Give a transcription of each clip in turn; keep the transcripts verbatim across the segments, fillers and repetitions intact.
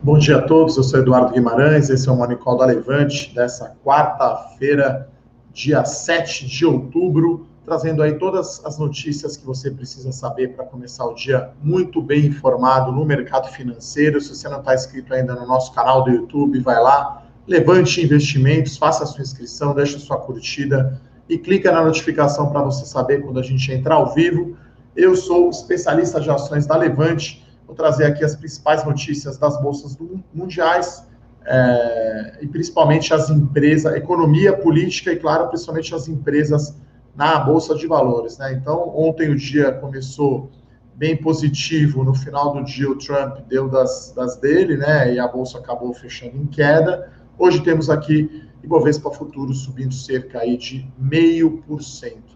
Bom dia a todos, eu sou Eduardo Guimarães, esse é o Morning Call da Levante, dessa quarta-feira, dia sete de outubro, trazendo aí todas as notícias que você precisa saber para começar o dia muito bem informado no mercado financeiro. Se você não está inscrito ainda no nosso canal do YouTube, vai lá, Levante Investimentos, faça a sua inscrição, deixa a sua curtida e clica na notificação para você saber quando a gente entrar ao vivo. Eu sou especialista de ações da Levante. Vou trazer aqui as principais notícias das bolsas mundiais, é, e principalmente as empresas, economia, política e, claro, principalmente as empresas na Bolsa de Valores, né? Então, ontem o dia começou bem positivo, no final do dia o Trump deu das, das dele, né? E a Bolsa acabou fechando em queda. Hoje temos aqui Ibovespa Futuro subindo cerca aí de zero vírgula cinco por cento.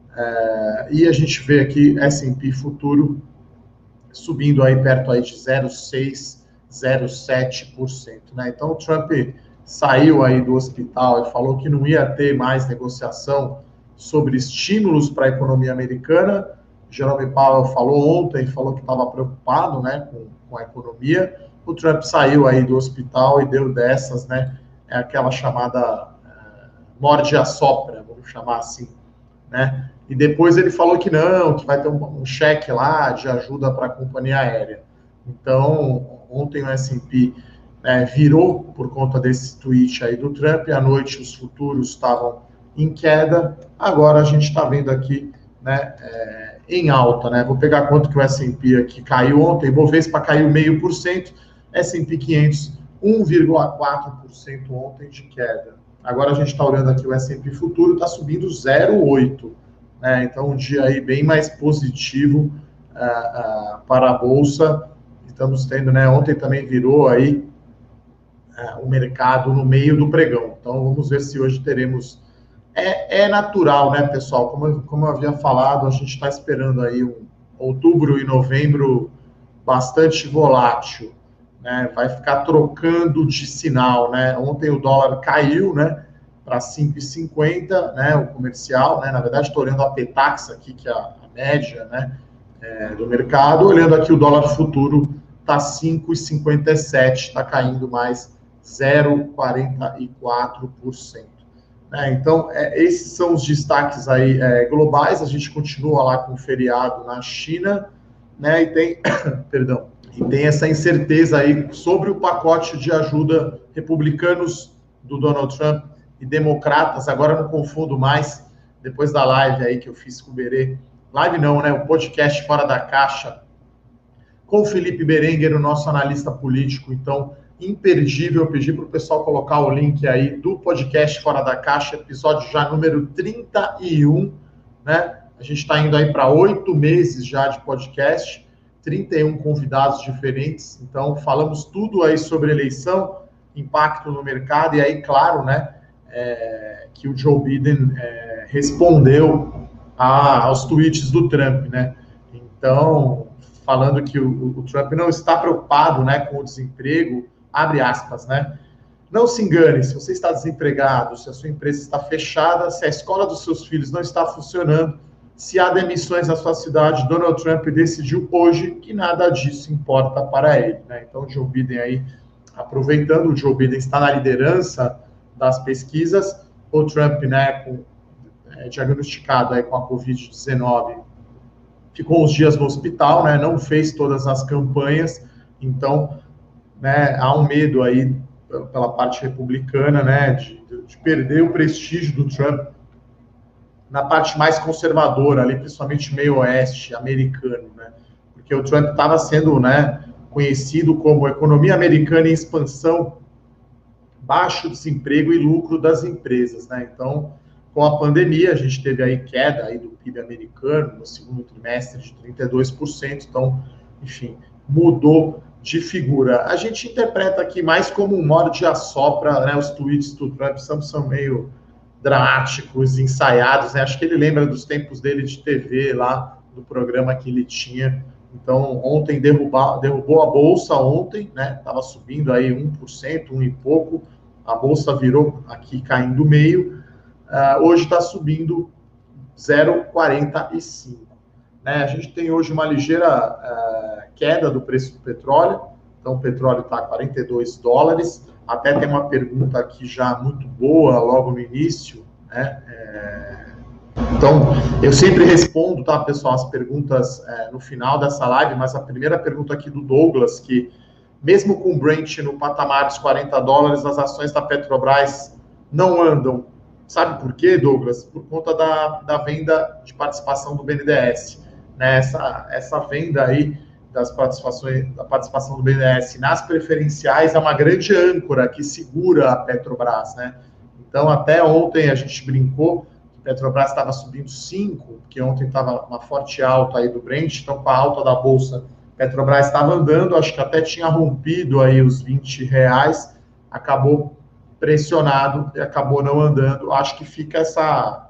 É, e a gente vê aqui S and P Futuro subindo aí perto aí de zero vírgula seis, zero vírgula sete por cento, né? Então o Trump saiu aí do hospital e falou que não ia ter mais negociação sobre estímulos para a economia americana. Jerome Powell falou ontem, falou que estava preocupado, né, com, com a economia. O Trump saiu aí do hospital e deu dessas, né? É aquela chamada uh, morde-a-sopra, vamos chamar assim, né? E depois ele falou que não, que vai ter um, um cheque lá de ajuda para a companhia aérea. Então, ontem o S and P né, virou por conta desse tweet aí do Trump, e à noite os futuros estavam em queda. Agora a gente está vendo aqui, né, é, em alta, né? Vou pegar quanto que o S and P aqui caiu ontem. Bovespa caiu zero vírgula cinco por cento, S and P quinhentos um vírgula quatro por cento ontem de queda. Agora a gente está olhando aqui o S and P Futuro, está subindo zero vírgula oito por cento. É, então, um dia aí bem mais positivo uh, uh, para a Bolsa. Estamos tendo, né? Ontem também virou aí uh, o mercado no meio do pregão. Então, vamos ver se hoje teremos... É, é natural, né, pessoal? Como, como eu havia falado, a gente está esperando aí um outubro e novembro bastante volátil, né? Vai ficar trocando de sinal, né? Ontem o dólar caiu, né? Para cinco reais e cinquenta centavos, né, o comercial, né, na verdade estou olhando a Petax aqui, que é a, a média, né, é, do mercado, olhando aqui o dólar futuro está cinco reais e cinquenta e sete centavos, está caindo mais zero vírgula quarenta e quatro por cento. Né, então, é, esses são os destaques aí é, globais. A gente continua lá com o feriado na China, né, e tem, perdão, e tem essa incerteza aí sobre o pacote de ajuda republicanos do Donald Trump e democratas. Agora não confundo mais, depois da live aí que eu fiz com o Berê, live não, né, o podcast Fora da Caixa, com o Felipe Berenguer, o nosso analista político, então, imperdível. Eu pedi para o pessoal colocar o link aí do podcast Fora da Caixa, episódio já número trinta e um, né, a gente está indo aí para oito meses já de podcast, trinta e um convidados diferentes, então falamos tudo aí sobre eleição, impacto no mercado, e aí, claro, né, É, que o Joe Biden é, respondeu a, aos tweets do Trump, né? Então, falando que o, o Trump não está preocupado, né, com o desemprego, abre aspas, né? Não se engane, se você está desempregado, se a sua empresa está fechada, se a escola dos seus filhos não está funcionando, se há demissões na sua cidade, Donald Trump decidiu hoje que nada disso importa para ele, né? Então, o Joe Biden aí, aproveitando, o Joe Biden está na liderança das pesquisas, o Trump, né, com, é, diagnosticado aí com a covid dezenove, ficou uns dias no hospital, né, não fez todas as campanhas, então, né, há um medo aí pela parte republicana, né, de, de perder o prestígio do Trump na parte mais conservadora, ali, principalmente meio oeste americano, né, porque o Trump estava sendo, né, conhecido como economia americana em expansão, baixo desemprego e lucro das empresas, né? Então, com a pandemia, a gente teve aí queda aí do P I B americano no segundo trimestre de trinta e dois por cento, então, enfim, mudou de figura. A gente interpreta aqui mais como um morde-a-sopra, né? Os tweets do Trump são, são meio dramáticos, ensaiados, né? Acho que ele lembra dos tempos dele de T V lá, do programa que ele tinha. Então, ontem derrubou, derrubou a Bolsa ontem, né? Estava subindo aí um por cento, um e pouco. A Bolsa virou aqui caindo meio. Uh, hoje está subindo zero vírgula quarenta e cinco. Né? A gente tem hoje uma ligeira uh, queda do preço do petróleo. Então, o petróleo está a quarenta e dois dólares. Até tem uma pergunta aqui já muito boa, logo no início, né? É... Então, eu sempre respondo, tá, pessoal, as perguntas é, no final dessa live, mas a primeira pergunta aqui do Douglas, que mesmo com o Brent no patamar dos quarenta dólares, as ações da Petrobras não andam. Sabe por quê, Douglas? Por conta da, da venda de participação do B N D E S. Né? Essa, essa venda aí das participações, da participação do B N D E S nas preferenciais é uma grande âncora que segura a Petrobras, né? Então, até ontem a gente brincou, a Petrobras estava subindo cinco, porque ontem estava uma forte alta aí do Brent, então com a alta da Bolsa, a Petrobras estava andando, acho que até tinha rompido aí os vinte reais, acabou pressionado e acabou não andando. Acho que fica essa...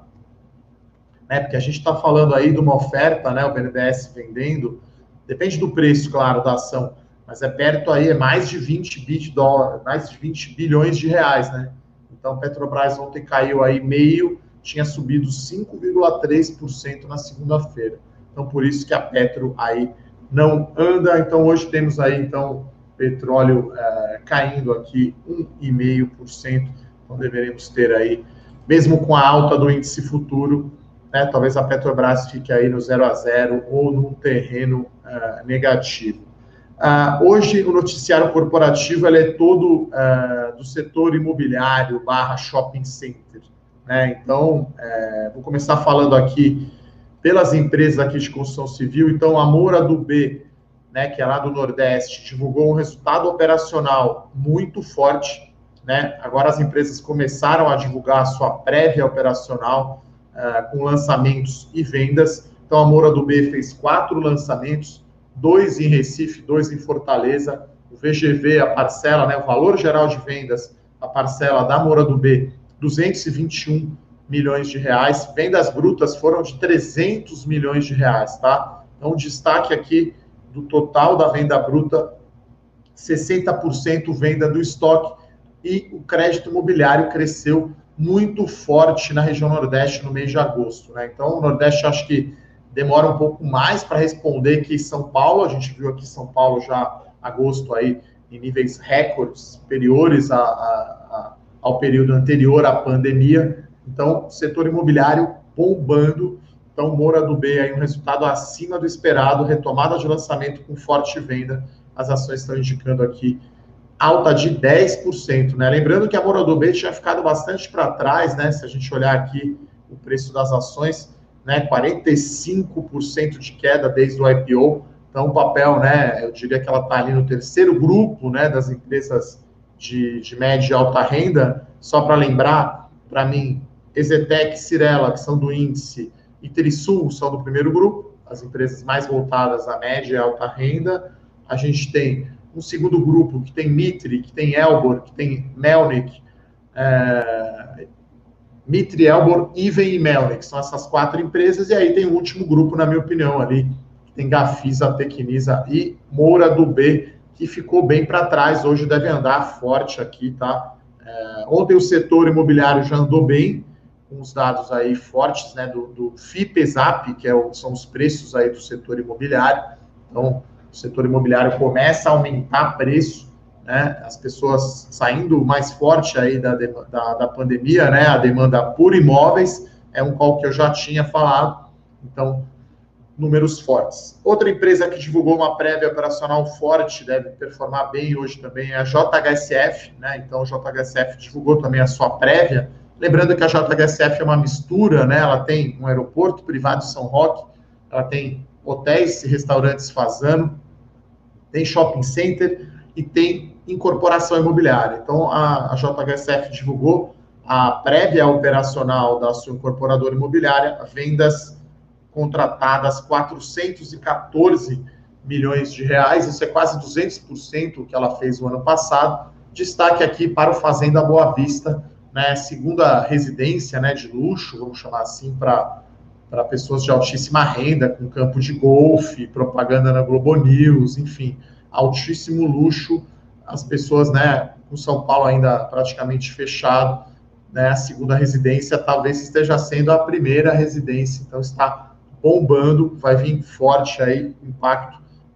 Né, porque a gente está falando aí de uma oferta, né, o B N D E S vendendo, depende do preço, claro, da ação, mas é perto aí, é mais de vinte bi dólares, mais de vinte bilhões de reais, né? Então, Petrobras ontem caiu aí meio, tinha subido cinco vírgula três por cento na segunda-feira. Então, por isso que a Petro aí não anda. Então, hoje temos aí, então, petróleo é, caindo aqui um vírgula cinco por cento. Então, deveremos ter aí, mesmo com a alta do índice futuro, né, talvez a Petrobras fique aí no zero a zero ou num terreno uh, negativo. Uh, hoje, o noticiário corporativo ele é todo uh, do setor imobiliário barra shopping center. Né? Então, uh, vou começar falando aqui pelas empresas aqui de construção civil. Então, a Moura do B, né, que é lá do Nordeste, divulgou um resultado operacional muito forte. Né? Agora as empresas começaram a divulgar a sua prévia operacional, Uh, com lançamentos e vendas. Então, a Moura do B fez quatro lançamentos, dois em Recife, dois em Fortaleza. O V G V, a parcela, né, o valor geral de vendas, a parcela da Moura do B, duzentos e vinte e um milhões de reais. Vendas brutas foram de trezentos milhões de reais, tá? Então, o destaque aqui do total da venda bruta, sessenta por cento venda do estoque, e o crédito imobiliário cresceu muito forte na região Nordeste no mês de agosto, né? Então, o Nordeste acho que demora um pouco mais para responder que São Paulo. A gente viu aqui São Paulo já agosto aí em níveis recordes superiores a, a, a, ao período anterior à pandemia. Então, setor imobiliário bombando. Então, Moura do B aí um resultado acima do esperado, retomada de lançamento com forte venda. As ações estão indicando aqui alta de dez por cento, né? Lembrando que a Moura do B tinha ficado bastante para trás, né? Se a gente olhar aqui o preço das ações, né? quarenta e cinco por cento de queda desde o I P O. Então, o papel, né? Eu diria que ela está ali no terceiro grupo, né? Das empresas de, de média e alta renda. Só para lembrar, para mim, Exetec e Cirela, que são do índice, e Trisul são do primeiro grupo, as empresas mais voltadas à média e alta renda. A gente tem um segundo grupo que tem Mitre, que tem Elbor, que tem Melnick, é, Mitre, Elbor, Iven e Melnick, são essas quatro empresas, e aí tem o último grupo, na minha opinião, ali, que tem Gafisa, Tecnisa e Moura do B, que ficou bem para trás, hoje deve andar forte aqui, tá? É, ontem o setor imobiliário já andou bem, com os dados aí fortes, né, do, do FIPESAP, que é o, são os preços aí do setor imobiliário. Então, o setor imobiliário começa a aumentar preço, né? As pessoas saindo mais forte aí da, da, da pandemia, né? A demanda por imóveis é um call que eu já tinha falado, então, números fortes. Outra empresa que divulgou uma prévia operacional forte, deve performar bem hoje também, é a J H S F, né? Então, a J H S F divulgou também a sua prévia. Lembrando que a J H S F é uma mistura, né? Ela tem um aeroporto privado de São Roque, ela tem hotéis e restaurantes Fazano, tem shopping center e tem incorporação imobiliária. Então, a, a J H S F divulgou a prévia operacional da sua incorporadora imobiliária, vendas contratadas quatrocentos e quatorze milhões de reais, isso é quase duzentos por cento o que ela fez no ano passado. Destaque aqui para o Fazenda Boa Vista, né, segunda residência, né, de luxo, vamos chamar assim, para para pessoas de altíssima renda, com campo de golfe, propaganda na Globo News, enfim, altíssimo luxo. As pessoas, né, com São Paulo ainda praticamente fechado, né, a segunda residência talvez esteja sendo a primeira residência, então está bombando, vai vir forte aí o impacto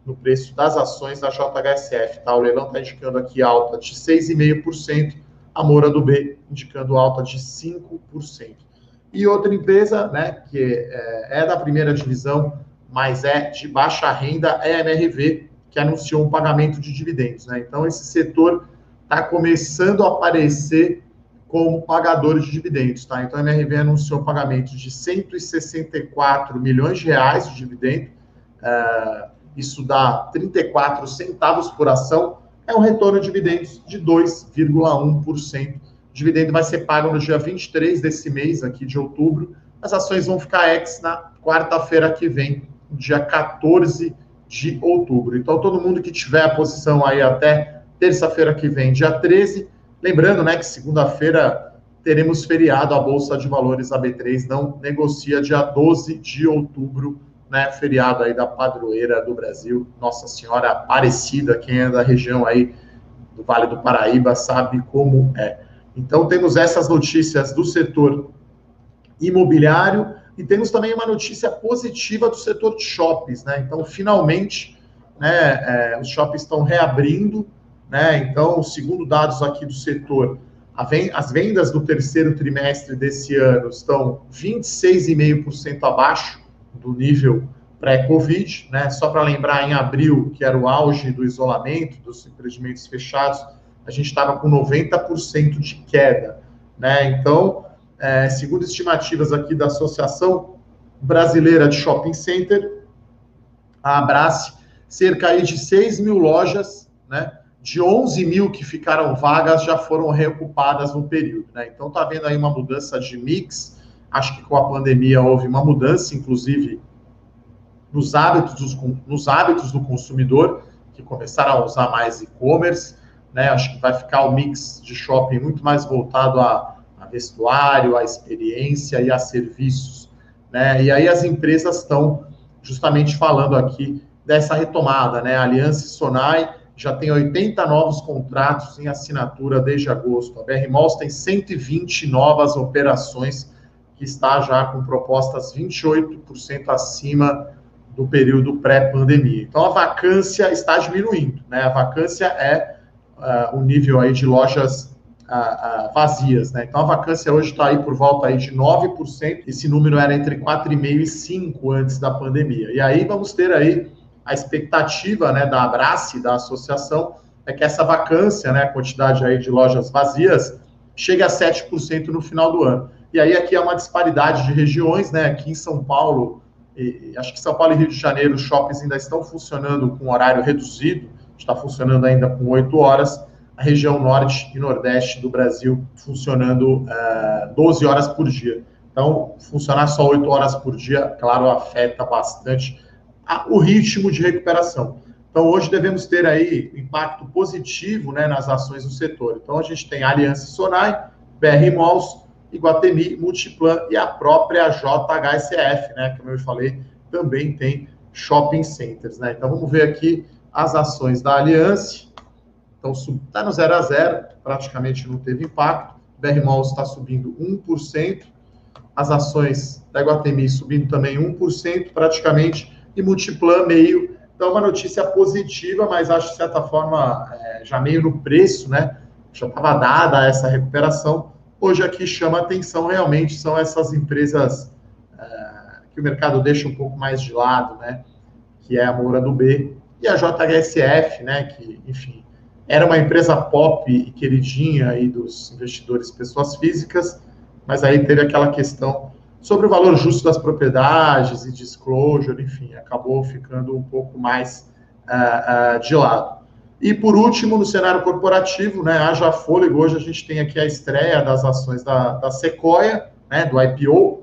no preço das ações da J H S F. Tá? O leilão está indicando aqui alta de seis vírgula cinco por cento, a Moura do B indicando alta de cinco por cento. E outra empresa, né, que é, é da primeira divisão, mas é de baixa renda, é a M R V, que anunciou um pagamento de dividendos. Né? Então, esse setor está começando a aparecer como pagador de dividendos. Tá? Então, a M R V anunciou um pagamento de cento e sessenta e quatro milhões de reais de dividendo, uh, isso dá trinta e quatro centavos por ação, é um retorno de dividendos de dois vírgula um por cento. O dividendo vai ser pago no dia vinte e três desse mês, aqui de outubro. As ações vão ficar ex na quarta-feira que vem, dia quatorze de outubro. Então, todo mundo que tiver a posição aí até terça-feira que vem, dia treze, lembrando, né, que segunda-feira teremos feriado, a Bolsa de Valores, a B três, não negocia dia doze de outubro, né, feriado aí da padroeira do Brasil, Nossa Senhora Aparecida. Quem é da região aí do Vale do Paraíba sabe como é. Então, temos essas notícias do setor imobiliário e temos também uma notícia positiva do setor de shoppings, né? Então, finalmente, né, é, os shoppings estão reabrindo, né? Então, segundo dados aqui do setor, as vendas do terceiro trimestre desse ano estão vinte e seis vírgula cinco por cento abaixo do nível pré-Covid, né? Só para lembrar, em abril, que era o auge do isolamento, dos empreendimentos fechados, a gente estava com noventa por cento de queda, né? Então, é, segundo estimativas aqui da Associação Brasileira de Shopping Center, a Abrace, cerca aí de seis mil lojas, né? De onze mil que ficaram vagas já foram reocupadas no período, né? Então, está havendo aí uma mudança de mix. Acho que com a pandemia houve uma mudança, inclusive, nos hábitos, dos, nos hábitos do consumidor, que começaram a usar mais e-commerce, né? Acho que vai ficar o mix de shopping muito mais voltado a, a vestuário, a experiência e a serviços, né? E aí as empresas estão justamente falando aqui dessa retomada, né? A Aliança e Sonai já tem oitenta novos contratos em assinatura desde agosto. A B R Malls tem cento e vinte novas operações, que está já com propostas vinte e oito por cento acima do período pré-pandemia. Então, a vacância está diminuindo, né? A vacância é uh, o nível aí de lojas uh, uh, vazias, né? Então, a vacância hoje está aí por volta aí de nove por cento. Esse número era entre quatro vírgula cinco por cento e cinco por cento antes da pandemia. E aí vamos ter aí a expectativa, né, da Abrace, da associação, é que essa vacância, né, a quantidade aí de lojas vazias, chegue a sete por cento no final do ano. E aí aqui é uma disparidade de regiões, né? Aqui em São Paulo, e, acho que São Paulo e Rio de Janeiro, os shoppings ainda estão funcionando com horário reduzido, está funcionando ainda com oito horas. A região norte e nordeste do Brasil funcionando uh, doze horas por dia. Então, funcionar só oito horas por dia, claro, afeta bastante a, o ritmo de recuperação. Então, hoje devemos ter aí impacto positivo, né, nas ações do setor. Então, a gente tem a Aliança e Sonai, B R Malls, Iguatemi, Multiplan e a própria J H S F, né, como eu falei, também tem shopping centers, né? Então, vamos ver aqui as ações da Aliança. Então, está no zero a zero, praticamente não teve impacto. B R Malls está subindo um por cento. As ações da Iguatemi subindo também um por cento, praticamente, e Multiplan meio. Então, uma notícia positiva, mas acho, de certa forma, é, já meio no preço, né? Já estava dada essa recuperação. Hoje aqui chama atenção, realmente, são essas empresas uh, que o mercado deixa um pouco mais de lado, né? Que é a Moura do B e a J H S F, né? Que, enfim, era uma empresa pop e queridinha aí dos investidores pessoas físicas, mas aí teve aquela questão sobre o valor justo das propriedades e disclosure, enfim, acabou ficando um pouco mais uh, uh, de lado. E, por último, no cenário corporativo, né, haja fôlego, hoje a gente tem aqui a estreia das ações da, da Sequoia, né, do I P O,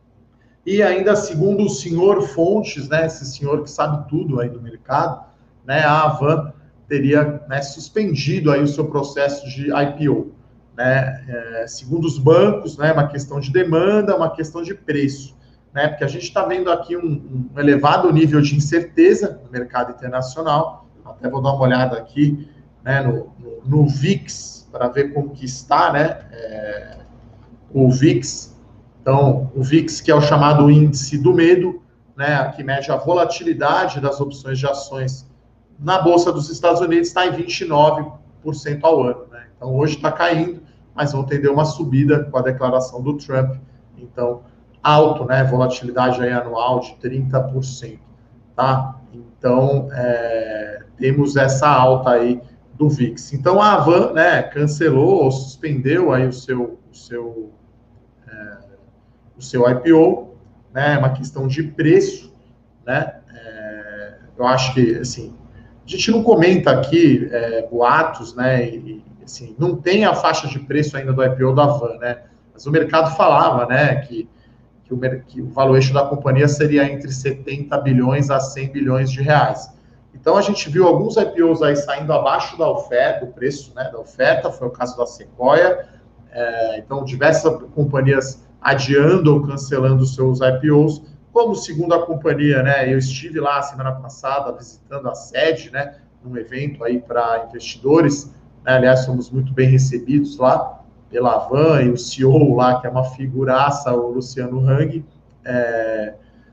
e ainda, segundo o senhor Fontes, né, esse senhor que sabe tudo aí do mercado, né, a Avan teria, né, suspendido aí o seu processo de I P O. Né, é, segundo os bancos, né, uma questão de demanda, uma questão de preço, né, porque a gente está vendo aqui um, um elevado nível de incerteza no mercado internacional. Até vou dar uma olhada aqui, né, no, no, no V I X, para ver como que está, né, é, o V I X. Então, o V I X, que é o chamado índice do medo, né, que mede a volatilidade das opções de ações na Bolsa dos Estados Unidos está em vinte e nove por cento ao ano, né? Então, hoje está caindo, mas vão ter uma subida com a declaração do Trump. Então, alto, né? Volatilidade aí anual de trinta por cento, tá? Então, é, temos essa alta aí do V I X. Então, a Avan, né, cancelou ou suspendeu aí o seu, o seu, é, o seu I P O, né? É uma questão de preço, né? É, eu acho que, assim, a gente não comenta aqui é, boatos, né? E, assim, não tem a faixa de preço ainda do I P O da Avan, né? Mas o mercado falava, né, que Que o, que o valuation da companhia seria entre setenta bilhões a cem bilhões de reais. Então, a gente viu alguns I P Os aí saindo abaixo da oferta, do preço, né, da oferta, foi o caso da Sequoia. É, então, diversas companhias adiando ou cancelando seus I P Os. Como segundo a companhia, né, eu estive lá semana passada visitando a sede, né, num evento aí para investidores, né, aliás, fomos muito bem recebidos lá pela Avan, e o C E O lá, que é uma figuraça, o Luciano Hang, é,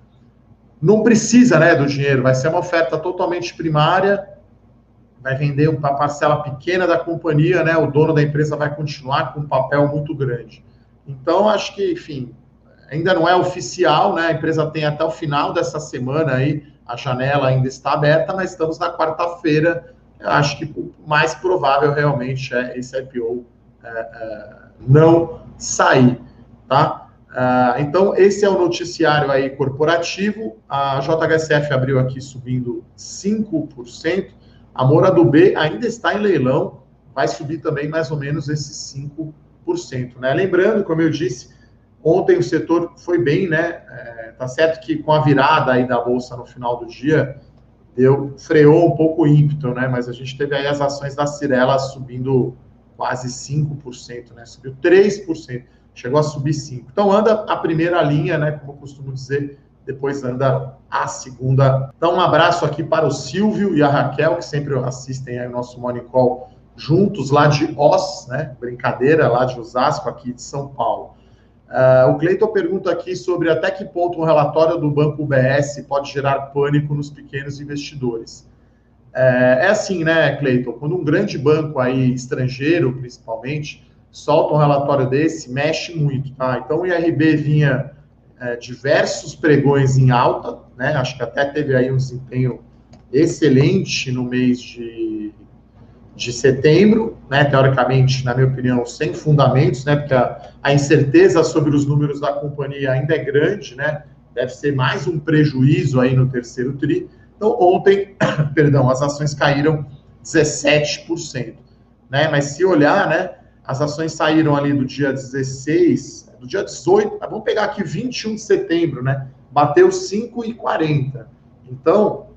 não precisa, né, do dinheiro, vai ser uma oferta totalmente primária, vai vender uma parcela pequena da companhia, né, o dono da empresa vai continuar com um papel muito grande. Então, acho que, enfim, ainda não é oficial, né, a empresa tem até o final dessa semana aí, a janela ainda está aberta, mas estamos na quarta-feira, eu acho que o mais provável realmente é esse I P O É, é, não sair, tá? É, então, esse é o noticiário aí corporativo. A J H S F abriu aqui subindo cinco por cento. A Moura do B ainda está em leilão, vai subir também mais ou menos esses cinco por cento, né? Lembrando, como eu disse, ontem o setor foi bem, né? É, tá certo que com a virada aí da Bolsa no final do dia, deu, freou um pouco o ímpeto, né? Mas a gente teve aí as ações da Cirela subindo quase cinco por cento, né? Subiu três por cento, chegou a subir cinco por cento. Então, anda a primeira linha, né? Como eu costumo dizer, depois anda a segunda. Então, um abraço aqui para o Silvio e a Raquel, que sempre assistem aí o nosso Morning Call juntos, lá de Oz, né? Brincadeira, lá de Osasco, aqui de São Paulo. Uh, o Cleiton pergunta aqui sobre até que ponto um relatório do Banco U B S pode gerar pânico nos pequenos investidores. É assim, né, Cleiton? Quando um grande banco aí, estrangeiro principalmente, solta um relatório desse, mexe muito, tá? Então o I R B vinha é, diversos pregões em alta, né? Acho que até teve aí um desempenho excelente no mês de, de setembro, né? Teoricamente, na minha opinião, sem fundamentos, né? Porque a, a incerteza sobre os números da companhia ainda é grande, né? Deve ser mais um prejuízo aí no terceiro tri. Então, ontem, perdão, as ações caíram dezessete por cento, né? Mas se olhar, né, as ações saíram ali do dia dezesseis, do dia dezoito, vamos pegar aqui vinte e um de setembro, né? Bateu cinco e quarenta. Então,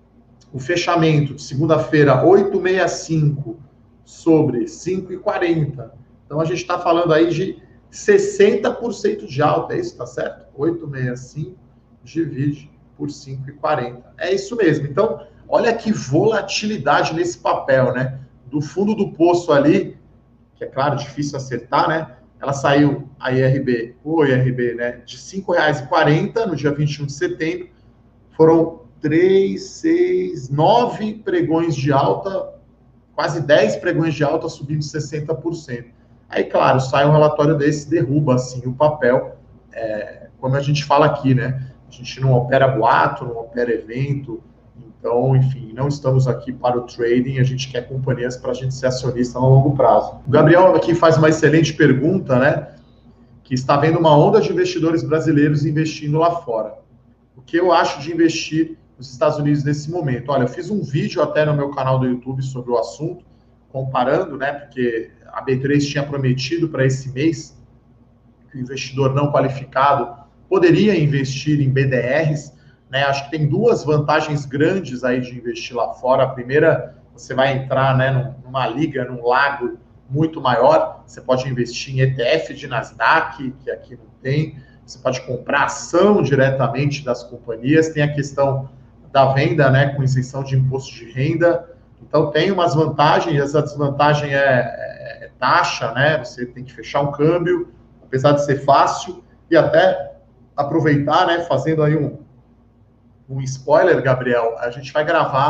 o fechamento de segunda-feira, oito e sessenta e cinco sobre cinco e quarenta. Então, a gente está falando aí de sessenta por cento de alta, é isso, tá certo? oito e sessenta e cinco divide por cinco e quarenta. É isso mesmo. Então, olha que volatilidade nesse papel, né? Do fundo do poço ali, que é claro, difícil acertar, né? Ela saiu, a I R B, o I R B, né? De cinco reais e quarenta no dia vinte e um de setembro. Foram três, seis, nove pregões de alta, quase dez pregões de alta, subindo sessenta por cento. Aí, claro, sai um relatório desse, derruba, assim, o papel, é, como a gente fala aqui, né? A gente não opera boato, não opera evento, então, enfim, não estamos aqui para o trading, a gente quer companhias para a gente ser acionista no longo prazo. O Gabriel aqui faz uma excelente pergunta, né? Que está vendo uma onda de investidores brasileiros investindo lá fora. O que eu acho de investir nos Estados Unidos nesse momento? Olha, eu fiz um vídeo até no meu canal do YouTube sobre o assunto, comparando, né? Porque a B três tinha prometido para esse mês que o investidor não qualificado poderia investir em B D Rs, né? Acho que tem duas vantagens grandes aí de investir lá fora. A primeira, você vai entrar, né, numa liga, num lago muito maior. Você pode investir em E T F de Nasdaq, que aqui não tem. Você pode comprar ação diretamente das companhias. Tem a questão da venda, né, com isenção de imposto de renda. Então, tem umas vantagens. Essa desvantagem é, é, é taxa, né? Você tem que fechar um câmbio, apesar de ser fácil, e até aproveitar, né, fazendo aí um, um spoiler, Gabriel, a gente vai gravar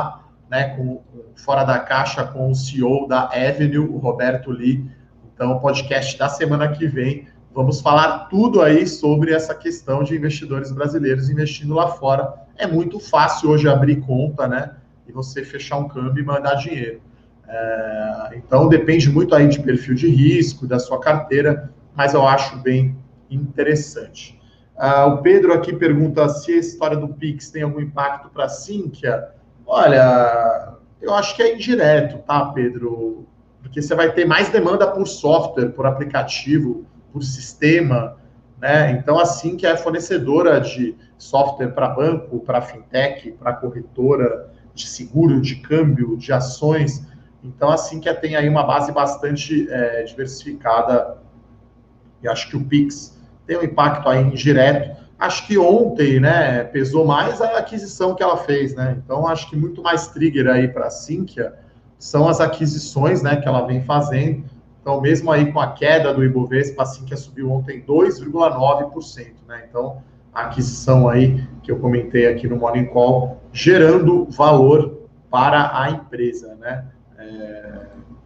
né, com, fora da caixa com o C E O da Avenue, o Roberto Lee. Então, o podcast da semana que vem, vamos falar tudo aí sobre essa questão de investidores brasileiros investindo lá fora. É muito fácil hoje abrir conta, né, e você fechar um câmbio e mandar dinheiro. É, então, depende muito aí de perfil de risco, da sua carteira, mas eu acho bem interessante. Ah, o Pedro aqui pergunta se a história do Pix tem algum impacto para a Sinqia. Olha, eu acho que é indireto, tá, Pedro? Porque você vai ter mais demanda por software, por aplicativo, por sistema, né? Então, a Sinqia é fornecedora de software para banco, para fintech, para corretora de seguro, de câmbio, de ações. Então, a Sinqia tem aí uma base bastante é, diversificada. E acho que o Pix tem um impacto aí indireto. Acho que ontem, né, pesou mais a aquisição que ela fez, né? Então, acho que muito mais trigger aí para a Sinqia são as aquisições, né, que ela vem fazendo. Então, mesmo aí com a queda do Ibovespa, a Sinqia subiu ontem dois vírgula nove por cento, né? Então, a aquisição aí que eu comentei aqui no Morning Call, gerando valor para a empresa, né? É...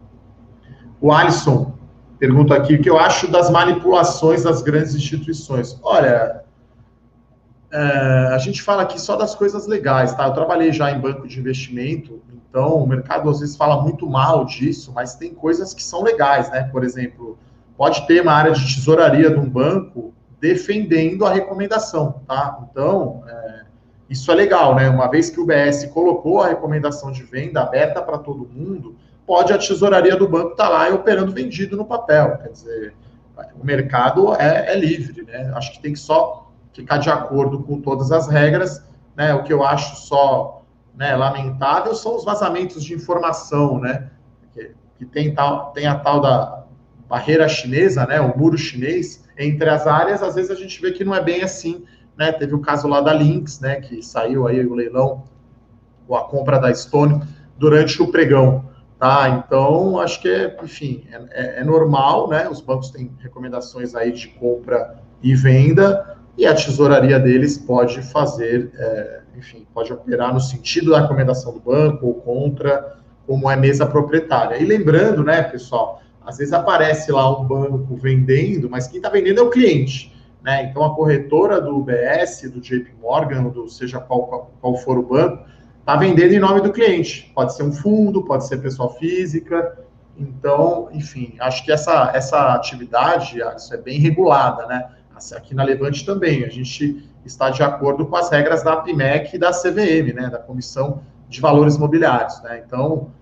O Alisson pergunta aqui o que eu acho das manipulações das grandes instituições. Olha, é, a gente fala aqui só das coisas legais, tá? Eu trabalhei já em banco de investimento, então o mercado às vezes fala muito mal disso, mas tem coisas que são legais, né? Por exemplo, pode ter uma área de tesouraria de um banco defendendo a recomendação, tá? Então, é, isso é legal, né? Uma vez que o B S colocou a recomendação de venda aberta para todo mundo, pode a tesouraria do banco estar tá lá e operando vendido no papel. Quer dizer, o mercado é, é livre, né? Acho que tem que só ficar de acordo com todas as regras, né? O que eu acho só, né, lamentável são os vazamentos de informação, né? Que, que tem, tal, tem a tal da barreira chinesa, né? O muro chinês entre as áreas. Às vezes a gente vê que não é bem assim, né? Teve o caso lá da Lynx, né? Que saiu aí o leilão, ou a compra da Stone durante o pregão. Tá, então, acho que, é, enfim, é, é normal, né? Os bancos têm recomendações aí de compra e venda, e a tesouraria deles pode fazer, é, enfim, pode operar no sentido da recomendação do banco ou contra, como é mesa proprietária. E lembrando, né, pessoal, às vezes aparece lá um banco vendendo, mas quem está vendendo é o cliente, né? Então, a corretora do U B S, do J P Morgan, do seja qual, qual for o banco, está vendendo em nome do cliente. Pode ser um fundo, pode ser pessoa física. Então, enfim, acho que essa, essa atividade isso é bem regulada, né? Aqui na Levante também, a gente está de acordo com as regras da APIMEC e da C V M, né? Da Comissão de Valores Mobiliários, né? Então,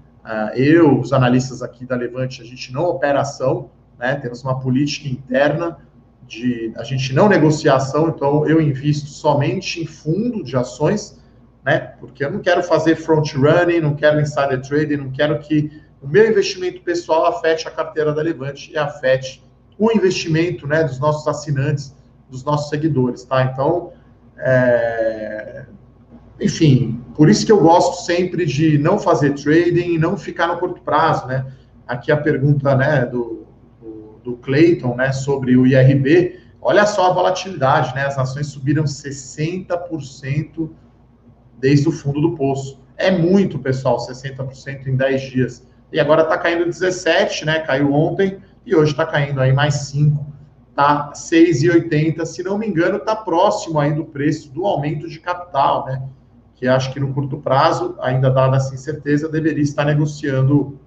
eu, os analistas aqui da Levante, a gente não opera ação, né? Temos uma política interna de a gente não negocia ação, então eu invisto somente em fundo de ações, né? Porque eu não quero fazer front running, não quero insider trading, não quero que o meu investimento pessoal afete a carteira da Levante e afete o investimento, né, dos nossos assinantes, dos nossos seguidores, tá? Então, é... enfim, por isso que eu gosto sempre de não fazer trading e não ficar no curto prazo, né? Aqui a pergunta, né, do, do, do Clayton, né, sobre o I R B, olha só a volatilidade, né? As ações subiram sessenta por cento desde o fundo do poço. É muito, pessoal, sessenta por cento em dez dias. E agora está caindo dezessete, né? Caiu ontem e hoje está caindo aí mais cinco. Tá seis e oitenta, se não me engano, está próximo aí do preço do aumento de capital, né? Que acho que no curto prazo, ainda dada essa incerteza, deveria estar negociando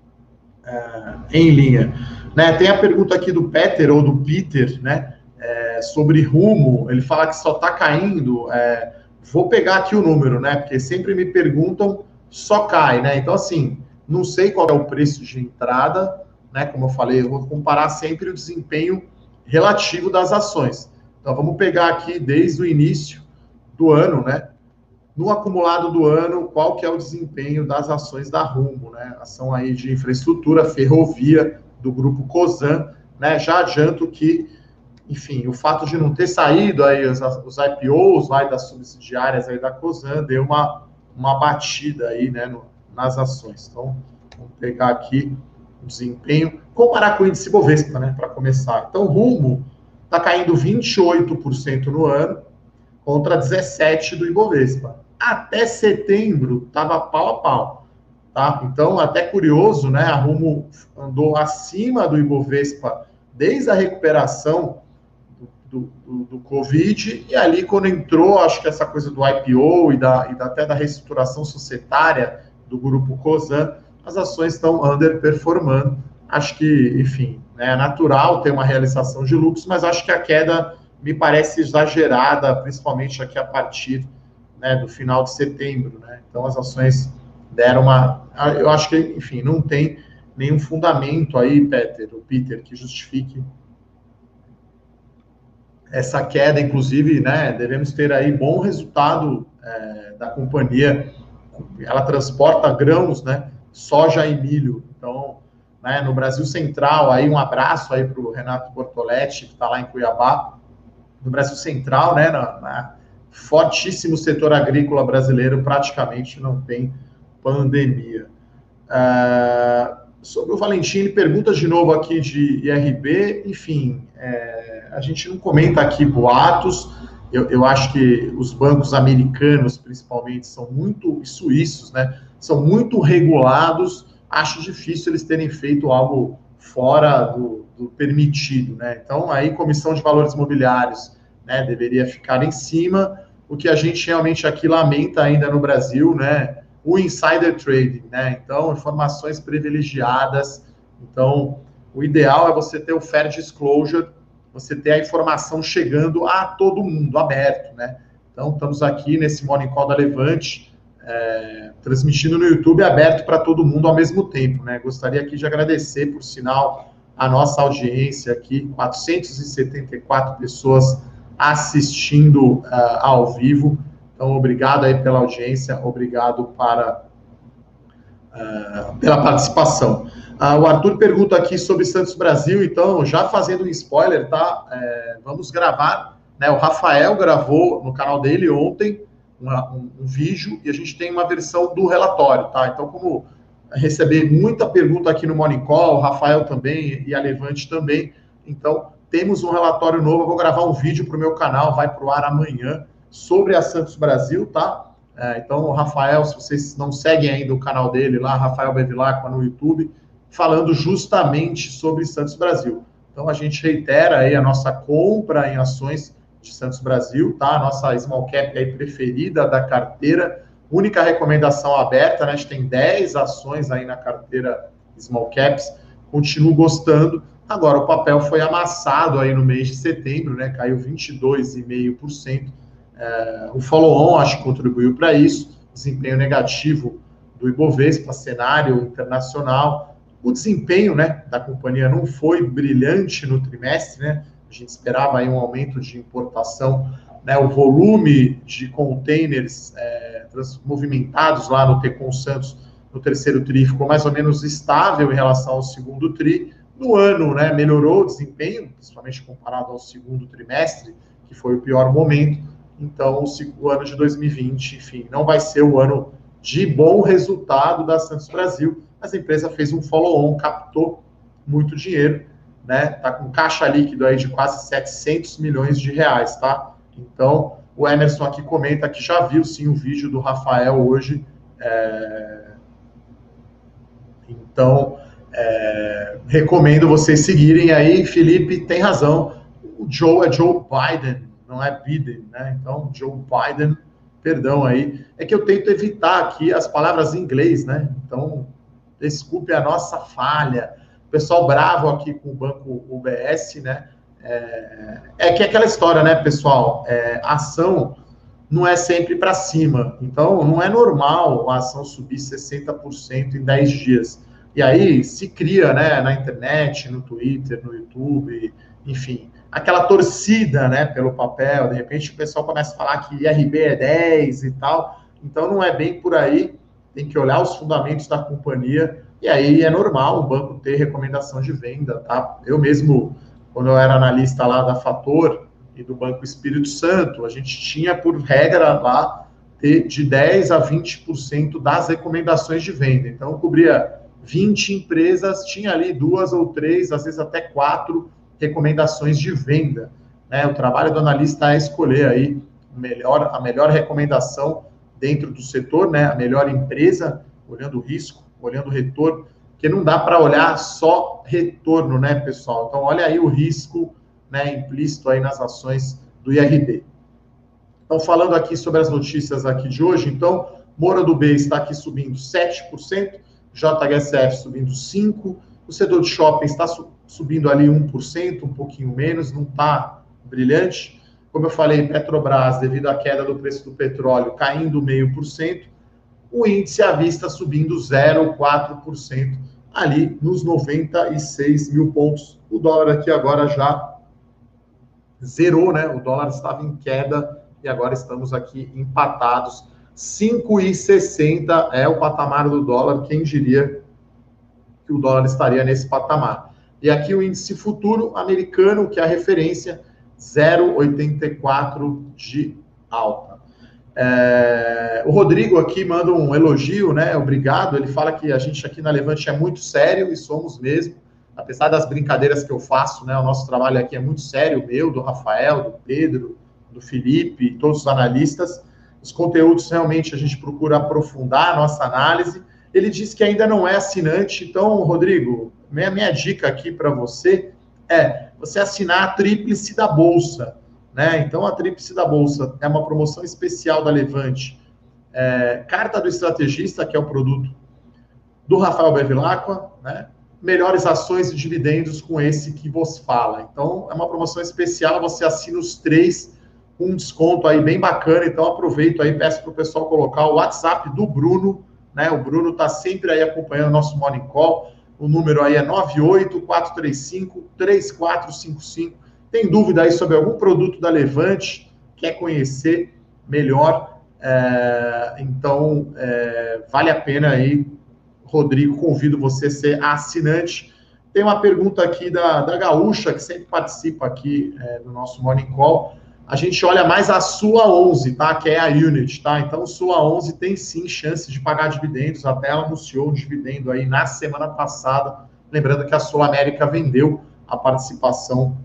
é, em linha. Né? Tem a pergunta aqui do Peter ou do Peter, né? É, sobre rumo. Ele fala que só está caindo. É, Vou pegar aqui o número, né? Porque sempre me perguntam, só cai, né? Então, assim, não sei qual é o preço de entrada, né? Como eu falei, eu vou comparar sempre o desempenho relativo das ações. Então, vamos pegar aqui desde o início do ano, né? No acumulado do ano, qual que é o desempenho das ações da Rumo, né? Ação aí de infraestrutura, ferrovia, do grupo Cosan, né? Já adianto que, enfim, o fato de não ter saído aí os, os I P Os, vai, das subsidiárias aí da Cosan, deu uma, uma batida aí, né, no, nas ações. Então, vamos pegar aqui o desempenho, comparar com o índice Bovespa, né, para começar. Então, o Rumo está caindo vinte e oito por cento no ano, contra dezessete por cento do Ibovespa. até setembro estava pau a pau. Tá? Então, até curioso, né? A Rumo andou acima do Ibovespa desde a recuperação do, do, do Covid, e ali quando entrou, acho que essa coisa do I P O e, da, e da, até da reestruturação societária do grupo Cosan, as ações estão underperformando. Acho que, enfim, né, é natural ter uma realização de lucros, mas acho que a queda me parece exagerada, principalmente aqui a partir, né, do final de setembro. Né? Então, as ações deram uma... Eu acho que, enfim, não tem nenhum fundamento aí, Peter, o Peter, que justifique essa queda. Inclusive, né, devemos ter aí bom resultado é, da companhia. Ela transporta grãos, né, soja e milho. Então, né, no Brasil Central, aí um abraço aí para o Renato Bortoletti, que está lá em Cuiabá. No Brasil Central, né, na, na fortíssimo setor agrícola brasileiro, praticamente não tem pandemia. Uh, sobre o Valentim, ele pergunta de novo aqui de I R B, enfim, é, a gente não comenta aqui boatos. Eu, eu acho que os bancos americanos, principalmente, são muito, e suíços, né, são muito regulados. Acho difícil eles terem feito algo fora do, do permitido, né? Então, aí, Comissão de Valores Imobiliários, né, deveria ficar em cima. O que a gente realmente aqui lamenta ainda no Brasil, né, o insider trading, né? Então, informações privilegiadas. Então, o ideal é você ter o fair disclosure, você ter a informação chegando a todo mundo, aberto, né? Então, estamos aqui nesse Morning Call da Levante, é, transmitindo no YouTube, aberto para todo mundo ao mesmo tempo, né? Gostaria aqui de agradecer, por sinal, a nossa audiência aqui, quatrocentas e setenta e quatro pessoas assistindo uh, ao vivo. Então, obrigado aí pela audiência, obrigado para, uh, pela participação. Uh, o Arthur pergunta aqui sobre Santos Brasil, então, já fazendo um spoiler, tá? É, vamos gravar, né? O Rafael gravou no canal dele ontem uma, um, um vídeo, e a gente tem uma versão do relatório, tá? Então, como receber muita pergunta aqui no Morning Call, o Rafael também e a Levante também, então, temos um relatório novo. Eu vou gravar um vídeo para o meu canal, vai para o ar amanhã, sobre a Santos Brasil, tá? É, então, o Rafael, se vocês não seguem ainda o canal dele lá, Rafael Bevilacqua no YouTube, falando justamente sobre Santos Brasil. Então, a gente reitera aí a nossa compra em ações de Santos Brasil, tá? A nossa small cap aí preferida da carteira, única recomendação aberta, né? A gente tem dez ações aí na carteira small caps, continuo gostando. Agora, o papel foi amassado aí no mês de setembro, né? Caiu vinte e dois vírgula cinco por cento. É, o follow-on, acho que contribuiu para isso. Desempenho negativo do Ibovespa, cenário internacional. O desempenho, né, da companhia não foi brilhante no trimestre, né? A gente esperava aí um aumento de importação, né? O volume de containers é, movimentados lá no Tecon Santos no terceiro tri ficou mais ou menos estável em relação ao segundo tri. No ano, né, melhorou o desempenho, principalmente comparado ao segundo trimestre, que foi o pior momento. Então, o ano de dois mil e vinte, enfim, não vai ser o ano de bom resultado da Santos Brasil, mas a empresa fez um follow-on, captou muito dinheiro, né? Tá com caixa líquido aí de quase setecentos milhões de reais, tá? Então, o Emerson aqui comenta que já viu, sim, o vídeo do Rafael hoje. É... Então... É, recomendo vocês seguirem aí. Felipe tem razão, o Joe é Joe Biden, não é Biden, né? Então, Joe Biden, perdão aí, é que eu tento evitar aqui as palavras em inglês, né? Então, desculpe a nossa falha. O pessoal bravo aqui com o banco U B S, né? É, é que é aquela história, né, pessoal? É, ação não é sempre para cima, então não é normal a ação subir sessenta por cento em dez dias. E aí se cria, né, na internet, no Twitter, no YouTube, enfim, aquela torcida, né, pelo papel. De repente o pessoal começa a falar que I R B é dez e tal. Então não é bem por aí. Tem que olhar os fundamentos da companhia. E aí é normal o banco ter recomendação de venda, tá? Eu mesmo, quando eu era analista lá da Fator e do Banco Espírito Santo, a gente tinha por regra lá ter de dez a vinte por cento das recomendações de venda. Então eu cobria vinte empresas, tinha ali duas ou três, às vezes até quatro recomendações de venda, né? O trabalho do analista é escolher aí melhor, a melhor recomendação dentro do setor, né? A melhor empresa, olhando o risco, olhando o retorno, porque não dá para olhar só retorno, né, pessoal? Então, olha aí o risco, né, implícito aí nas ações do I R B. Então, falando aqui sobre as notícias aqui de hoje, então, Moura do B está aqui subindo sete por cento, J H S F subindo cinco por cento, o setor de shopping está subindo ali um por cento, um pouquinho menos, não está brilhante. Como eu falei, Petrobras, devido à queda do preço do petróleo, caindo zero vírgula cinco por cento, o índice à vista subindo zero vírgula quatro por cento, ali nos noventa e seis mil pontos. O dólar aqui agora já zerou, né? O dólar estava em queda e agora estamos aqui empatados. cinco reais e sessenta centavos é o patamar do dólar, quem diria que o dólar estaria nesse patamar. E aqui o índice futuro americano, que é a referência, zero vírgula oitenta e quatro de alta. É, o Rodrigo aqui manda um elogio, né? Obrigado. Ele fala que a gente aqui na Levante é muito sério, e somos mesmo. Apesar das brincadeiras que eu faço, né? O nosso trabalho aqui é muito sério, o meu, do Rafael, do Pedro, do Felipe, todos os analistas. Os conteúdos, realmente, a gente procura aprofundar a nossa análise. Ele disse que ainda não é assinante, então, Rodrigo, minha, minha dica aqui para você é você assinar a Tríplice da Bolsa, né? Então, a Tríplice da Bolsa é uma promoção especial da Levante. É, Carta do Estrategista, que é o produto do Rafael Bevilacqua, né? Melhores ações e dividendos com esse que vos fala. Então, é uma promoção especial, você assina os três com um desconto aí bem bacana. Então, aproveito aí, peço para o pessoal colocar o WhatsApp do Bruno, né? O Bruno está sempre aí acompanhando o nosso Morning Call. O número aí é nove oito quatro três cinco três quatro cinco cinco. Tem dúvida aí sobre algum produto da Levante, quer conhecer melhor, é, então é, vale a pena aí, Rodrigo, convido você a ser assinante. Tem uma pergunta aqui da, da Gaúcha, que sempre participa aqui é, do nosso Morning Call. A gente olha mais a sua onze, tá? Que é a Unit, tá? Então, sua onze tem sim chance de pagar dividendos. Até ela anunciou um dividendo aí na semana passada. Lembrando que a Sul América vendeu a participação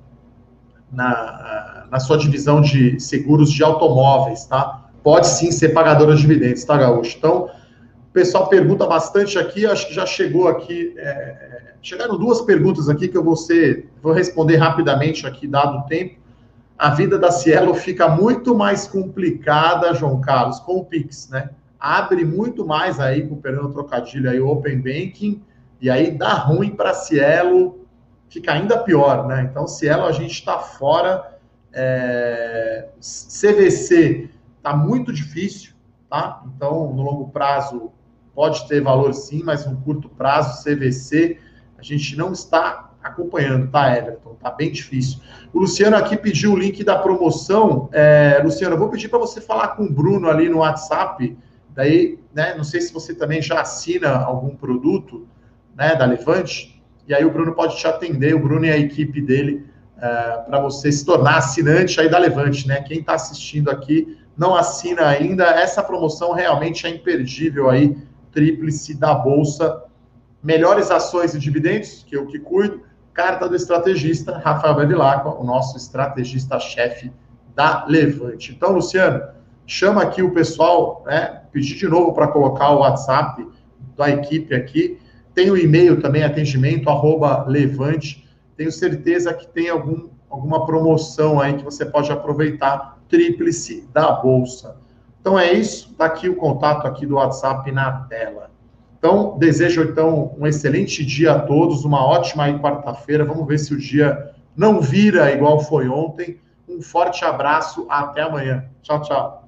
na, na sua divisão de seguros de automóveis, tá? Pode sim ser pagadora de dividendos, tá, Gaúcho? Então, o pessoal pergunta bastante aqui, acho que já chegou aqui. É, chegaram duas perguntas aqui que eu vou, ser, vou responder rapidamente aqui, dado o tempo. A vida da Cielo fica muito mais complicada, João Carlos, com o Pix, né? Abre muito mais aí, cooperando o trocadilho aí, o Open Banking, e aí dá ruim para a Cielo, fica ainda pior, né? Então, Cielo, a gente está fora. É... C V C está muito difícil, tá? Então, no longo prazo, pode ter valor sim, mas no curto prazo, C V C, a gente não está acompanhando, tá, Everton? Tá bem difícil. O Luciano aqui pediu o link da promoção. É, Luciano, eu vou pedir para você falar com o Bruno ali no WhatsApp. Daí, né, não sei se você também já assina algum produto, né, da Levante, e aí o Bruno pode te atender, o Bruno e a equipe dele, é, para você se tornar assinante aí da Levante, né? Quem está assistindo aqui não assina ainda, essa promoção realmente é imperdível aí, Tríplice da Bolsa. Melhores ações e dividendos, que eu que cuido. Carta do estrategista, Rafael Bevilacqua, o nosso estrategista-chefe da Levante. Então, Luciano, chama aqui o pessoal, né? Pedir de novo para colocar o WhatsApp da equipe aqui. Tem o e-mail também, atendimento, arroba Levante. Tenho certeza que tem algum, alguma promoção aí que você pode aproveitar. Tríplice da Bolsa. Então é isso. Está aqui o contato aqui do WhatsApp na tela. Então, desejo, então, um excelente dia a todos, uma ótima quarta-feira. Vamos ver se o dia não vira igual foi ontem. Um forte abraço, até amanhã. Tchau, tchau.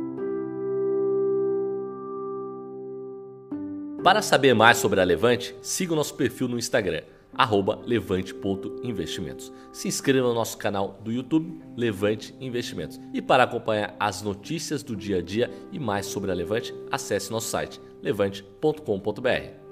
Para saber mais sobre a Levante, siga o nosso perfil no Instagram, arroba levante ponto investimentos. Se inscreva no nosso canal do YouTube, Levante Investimentos. E para acompanhar as notícias do dia a dia e mais sobre a Levante, acesse nosso site levante ponto com ponto br.